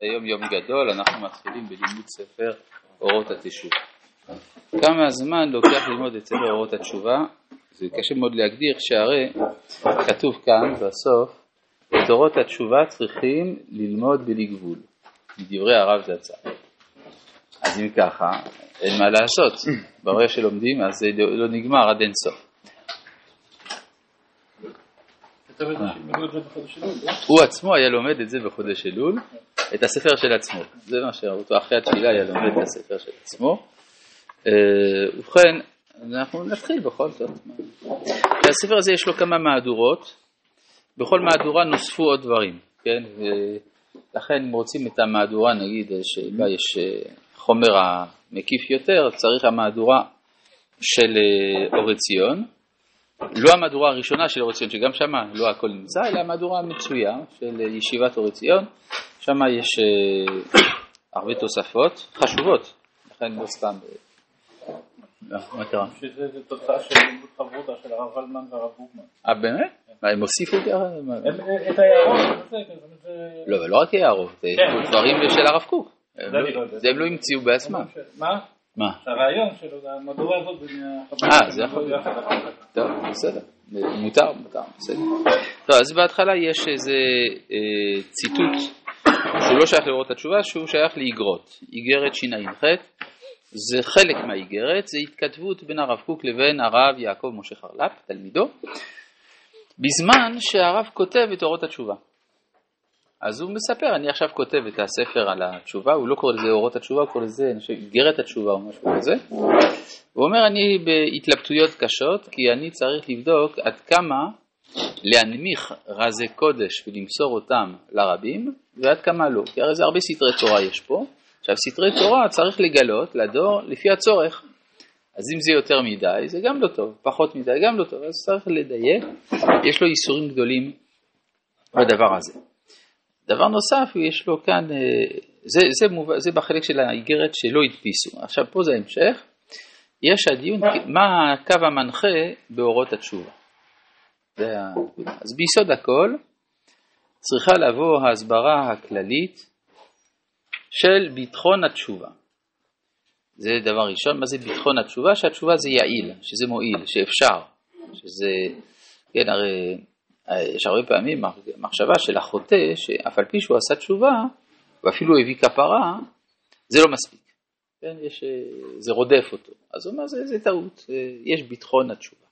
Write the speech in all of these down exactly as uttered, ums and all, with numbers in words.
היום יום גדול, אנחנו מתחילים בלימוד ספר אורות התשובה. כמה זמן לוקח ללמוד את ספר אורות התשובה? זה קשה מאוד להגדיר, שהרי כתוב כאן בסוף, את אורות התשובה צריכים ללמוד בלי גבול, מדברי הרב זצ"ל. אז אם ככה, אין מה לעשות. ברגע שלומדים, אז זה לא נגמר עד אין סוף. הוא עצמו היה לומד את זה בחודש אלול, את הספר של עצמו. זה מה שאותו אחרי התפילה היה לומד את הספר של עצמו. ובכן, אנחנו נתחיל בכל זאת. הספר הזה יש לו כמה מהדורות. בכל מהדורה נוספו עוד דברים, כן? ולכן אם רוצים את המהדורה, נגיד שבה יש חומר המקיף יותר, צריך המהדורה של אור ציון. לא המהדורה הראשונה של אור ציון, שגם שמה לא הכל נמצא, אלא המהדורה המצויה של ישיבת אור ציון. שמה יש הרבה תוספות חשובות, לכן לא סתם. מה קרה? שזה תוצאה של לימוד חברותא של הרב ולמן והרב בוגמן. אה, באמת? מה, הם הוסיפו את היערות? לא, לא רק היערות, דברים של הרב קוק. זה הם לא המציאו בעצמם. מה? מה? הרעיון שלו, המהדורה הזאת זה מהחברות. אה, זה יכול להיות. טוב, בסדר. מותר, מותר, בסדר. טוב, אז בהתחלה יש איזה ציטוט שהוא לא שייך לאורות התשובה, שהוא שייך לאיגרות. איגרת ש"ח. זה חלק מהאיגרת, זה התכתבות בין הרב קוק לבין הרב יעקב משה חרל"פ, תלמידו, בזמן שהרב כותב את אורות התשובה. אז הוא מספר, אני עכשיו כותב את הספר על התשובה, הוא לא קורא לזה אורות התשובה, הוא קורא לזה איגרת התשובה או משהו כזה. הוא אומר, אני בהתלבטויות קשות, כי אני צריך לבדוק עד כמה להנמיך רזי קודש ולמסור אותם לרבים, ועד כמה לא, כי הרי זה הרבה סתרי תורה יש פה. עכשיו, סתרי תורה צריך לגלות לדור לפי הצורך. אז אם זה יותר מדי, זה גם לא טוב. פחות מדי, גם לא טוב. אז צריך לדייק. יש לו איסורים גדולים בדבר הזה. דבר נוסף, יש לו כאן, זה, זה, מובא, זה בחלק של האיגרת שלא הדפיסו. עכשיו, פה זה המשך. יש הדיון, מה הקו המנחה באורות התשובה. זה הנקודה. אז ביסוד הכל, צריכה לבוא ההסברה הכללית, של ביטחון התשובה. זה דבר ראשון. מה זה ביטחון התשובה? שהתשובה זה יעיל, שזה מועיל, שאפשר, שזה, כן, הרי יש הרבה פעמים מחשבה של החוטא, שאף על פי שהוא עשה תשובה, ואפילו הביא כפרה, זה לא מספיק. כן, יש, זה רודף אותו. אז הוא אומר, זה, זה טעות, יש ביטחון התשובה.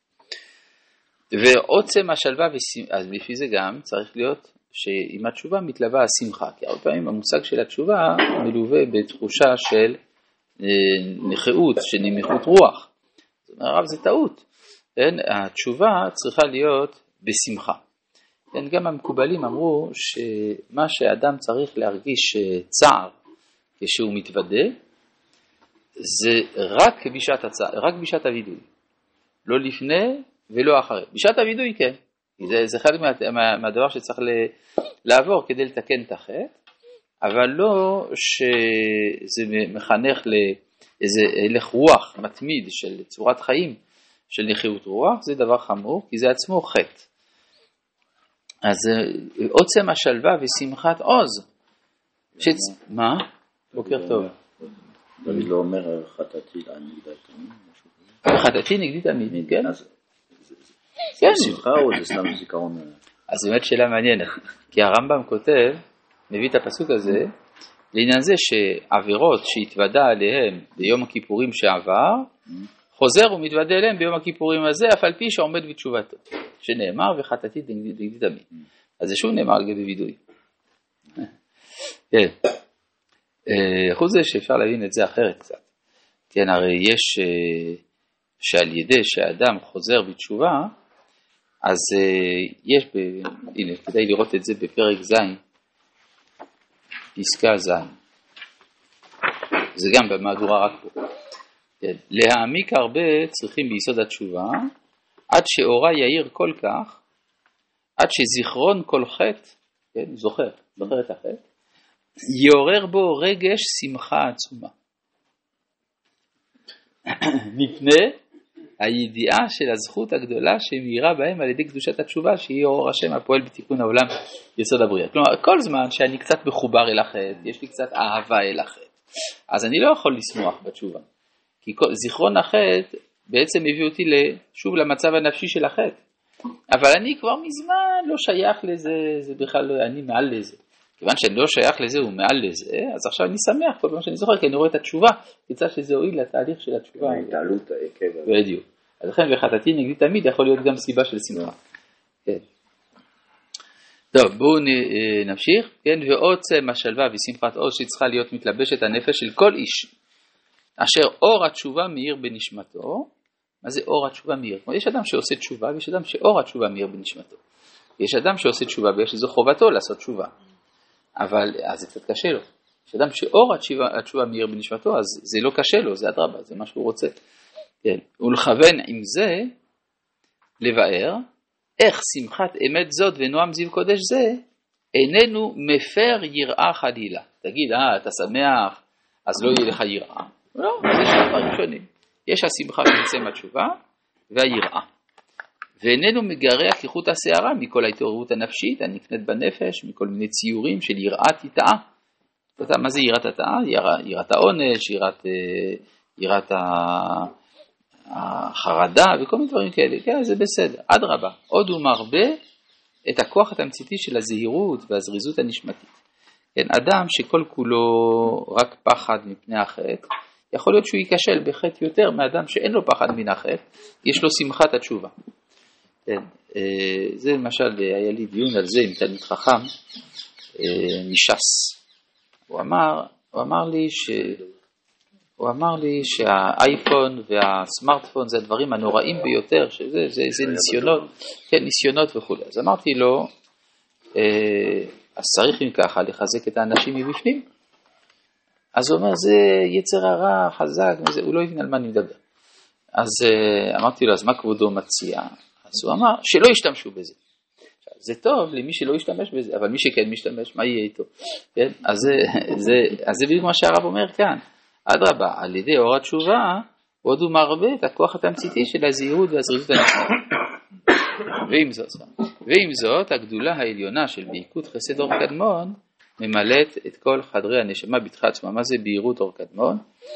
ועוצם השלווה, אז לפי זה גם צריך להיות, שעם התשובה מתלווה השמחה, כי הרבה פעמים המושג של התשובה מלווה בתחושה של נחיעות, של נמיכות רוח. זאת אומרת, הרב, זה טעות. כן? התשובה צריכה להיות בשמחה. כן? גם המקובלים אמרו שמה שאדם צריך להרגיש צער כשהוא מתוודה, זה רק בשעת הצער, רק בשעת הוידוי. לא לפני ולא אחרי. בשעת הוידוי כן. זה, זה חלק מה, מה, מהדבר שצריך לעבור כדי לתקן את החטא, אבל לא שזה מחנך לאיזה הלך רוח מתמיד של צורת חיים, של נחיעות רוח, זה דבר חמור, כי זה עצמו חטא. אז עוצם השלווה ושמחת עוז. שצ... מה? בוקר טוב. תמיד לא אומר חטאתי נגדי תמיד. חטאתי נגדי תמיד, כן? זה שמחה או זה סתם זיכרון? אז זו באמת שאלה מעניינת, כי הרמב"ם כותב, מביא את הפסוק הזה, לעניין זה שעבירות שהתוודע עליהם ביום הכיפורים שעבר, חוזר ומתוודע עליהם ביום הכיפורים הזה, אף על פי שעומד בתשובתו, שנאמר וחטאתי נגדי תמיד. אז זה שוב נאמר על גבי וידוי. כן. חוץ זה שאפשר להבין את זה אחרת קצת. כן, הרי יש שעל ידי שהאדם חוזר בתשובה, אז uh, יש, ב... הנה, כדאי לראות את זה בפרק ז', פסקה ז', זה גם במהדורה רק פה. כן. להעמיק הרבה צריכים ביסוד התשובה, עד שאורה יאיר כל כך, עד שזיכרון כל חטא, כן, זוכר, זוכר את החטא, יעורר בו רגש שמחה עצומה. מפני הידיעה של הזכות הגדולה שמאירה בהם על ידי קדושת התשובה, שהיא אור השם הפועל בתיקון העולם יסוד הבריאה. כלומר, כל זמן שאני קצת מחובר אל החטא, יש לי קצת אהבה אל החטא, אז אני לא יכול לשמוח בתשובה. כי זיכרון החטא בעצם הביא אותי שוב למצב הנפשי של החטא. אבל אני כבר מזמן לא שייך לזה, זה בכלל לא, אני מעל לזה. כיוון שאני לא שייך לזה ומעל לזה, אז עכשיו אני שמח כל פעם שאני זוכר, כי אני רואה את התשובה, כיצד שזה הועיל לתהליך של התשובה. ההתעלות העקב. בדיוק. אז לכן וחטאתי נגדי תמיד יכול להיות גם סיבה של שמחה. כן. טוב, בואו נמשיך. כן, ועוצם השלווה ושמחת עוז שצריכה להיות מתלבשת הנפש של כל איש, אשר אור התשובה מאיר בנשמתו. מה זה אור התשובה מאיר? יש אדם שעושה תשובה, ויש אדם שאור התשובה מאיר בנשמתו. יש אדם שעושה תשובה, ויש לזו חובתו לעשות תשובה. אבל אז זה קצת קשה לו. יש אדם שאור התשובה, התשובה מאיר בנשמתו, אז זה לא קשה לו, זה אדרבה, זה מה שהוא רוצה. כן. ולכוון עם זה, לבאר, איך שמחת אמת זאת ונועם זיו קודש זה, איננו מפר יראה חלילה. תגיד, אה, אתה שמח, אז לא יהיה לך יראה. לא, זה שני דברים שונים. יש השמחה שיוצא מהתשובה והיראה. ואיננו מגרע כחוט השערה מכל ההתעוררות הנפשית הנקנית בנפש, מכל מיני ציורים של יראת התאה. אתה יודע מה זה יראת התאה? יראת העונש, יראת, יראת החרדה וכל מיני דברים כאלה. כן, זה בסדר. אדרבה, עוד הוא מרבה את הכוח התמציתי של הזהירות והזריזות הנשמתית. כן, אדם שכל כולו רק פחד מפני החטא, יכול להיות שהוא ייכשל בחטא יותר מאדם שאין לו פחד מן החטא, יש לו שמחת התשובה. כן, זה למשל, היה לי דיון על זה עם תלמיד חכם מש"ס. הוא אמר, הוא אמר לי ש... הוא אמר לי שהאייפון והסמארטפון זה הדברים הנוראים ביותר, שזה זה, זה ניסיונות, כן, ניסיונות וכו'. אז אמרתי לו, אז צריך אם ככה לחזק את האנשים מבפנים. אז הוא אומר, זה יצר הרע חזק, וזה, הוא לא הבין על מה אני מדבר. אז אמרתי לו, אז מה כבודו מציע? אז הוא אמר, שלא ישתמשו בזה. זה טוב למי שלא ישתמש בזה, אבל מי שכן משתמש, מה יהיה איתו? כן? אז זה, זה, אז זה בדיוק מה שהרב אומר כאן. אדרבה, על ידי אור התשובה, עוד הוא מרבה את הכוח התמציתי של הזהירות והזריזות הנשמתית. ועם זאת, ועם זאת, הגדולה העליונה של בהירות חסד אור קדמון, ממלאת את כל חדרי הנשמה בתך עצמה. מה זה בהירות אור קדמון?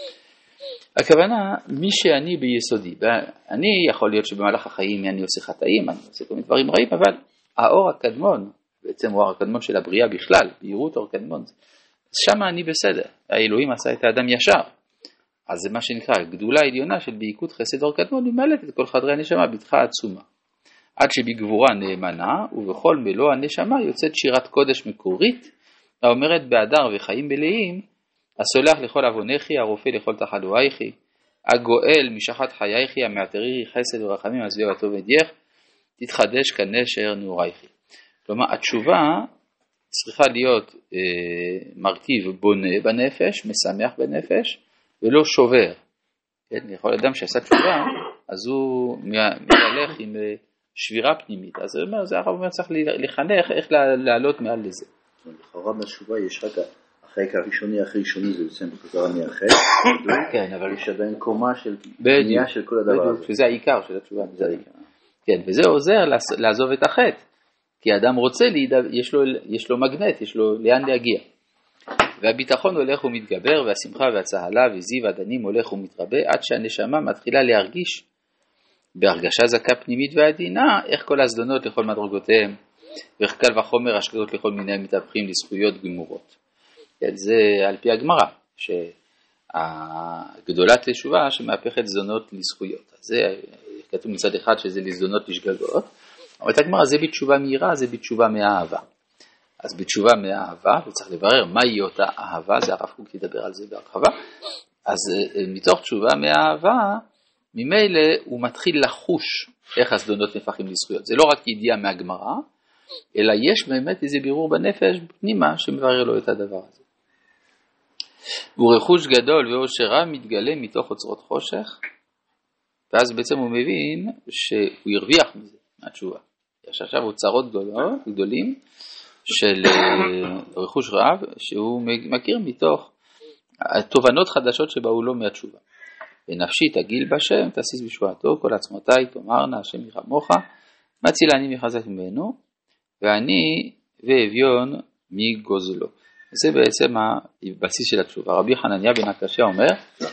הכוונה, מי שאני ביסודי, אני יכול להיות שבמהלך החיים אני עושה חטאים, אני עושה כל מיני דברים רעים, אבל האור הקדמון, בעצם הוא האור הקדמון של הבריאה בכלל, בהירות אור קדמון, שם אני בסדר, האלוהים עשה את האדם ישר, אז זה מה שנקרא, גדולה עליונה של בהירות חסד אור קדמון, ממלאת את כל חדרי הנשמה בתך עצומה, עד שבגבורה נאמנה, ובכל מלוא הנשמה יוצאת שירת קודש מקורית, האומרת באדר וחיים מלאים, הסולח לכל עוונכי, הרופא לכל תחלואיכי, הגואל משחת חייכי, המעטרי חסד ורחמים, עזבי וטוב ודיח, תתחדש כנשר נעורייכי. כלומר, התשובה צריכה להיות אה, מרכיב בונה בנפש, משמח בנפש, ולא שובר. כן? יכול אדם שעשה תשובה, אז הוא מתהלך עם שבירה פנימית. אז הוא אומר, זה הרב אומר, צריך לחנך איך לעלות מעל לזה. לכאורה בתשובה יש רק החלק הראשוני, הכי ראשוני זה בעצם חזרה מהחלק, כן, אבל יש עדיין קומה של בנייה של כל הדבר הזה. שזה העיקר של התשובה, זה העיקר. כן, וזה עוזר לעזוב את החטא, כי האדם רוצה, יש לו, יש לו מגנט, יש לו לאן להגיע. והביטחון הולך ומתגבר, והשמחה והצהלה וזיו הדנים הולך ומתרבה, עד שהנשמה מתחילה להרגיש בהרגשה זכה פנימית ועדינה, איך כל הזדונות לכל מדרגותיהם, ואיך קל וחומר השקעות לכל מיני מתהפכים לזכויות גמורות. זה על פי הגמרא, שהגדולת תשובה שמהפכת זדונות לזכויות. אז זה כתוב מצד אחד שזה לזדונות לשגגות, אבל את הגמרא זה בתשובה מהירה, זה בתשובה מהאהבה. אז בתשובה מהאהבה, וצריך לברר מהי אותה אהבה, זה הרב קוק ידבר על זה בהרחבה, אז מתוך תשובה מהאהבה, ממילא הוא מתחיל לחוש איך הזדונות נהפכים לזכויות. זה לא רק ידיעה מהגמרא, אלא יש באמת איזה בירור בנפש פנימה שמברר לו את הדבר הזה. ורכוש גדול ואושר רב מתגלה מתוך אוצרות חושך, ואז בעצם הוא מבין שהוא ירוויח מזה, מהתשובה. יש עכשיו אוצרות גדולות, גדולים של רכוש רב, שהוא מכיר מתוך תובנות חדשות שבאו לו מהתשובה. ונפשי תגיל בשם, תסיס בשבועתו, כל עצמותיי תאמרנה, השם ירחמוך, מצילני מחזק ממנו, ואני ואביון מגוזלו. זה בעצם הבסיס של התשובה. רבי חנניה בן עקשיא אומר,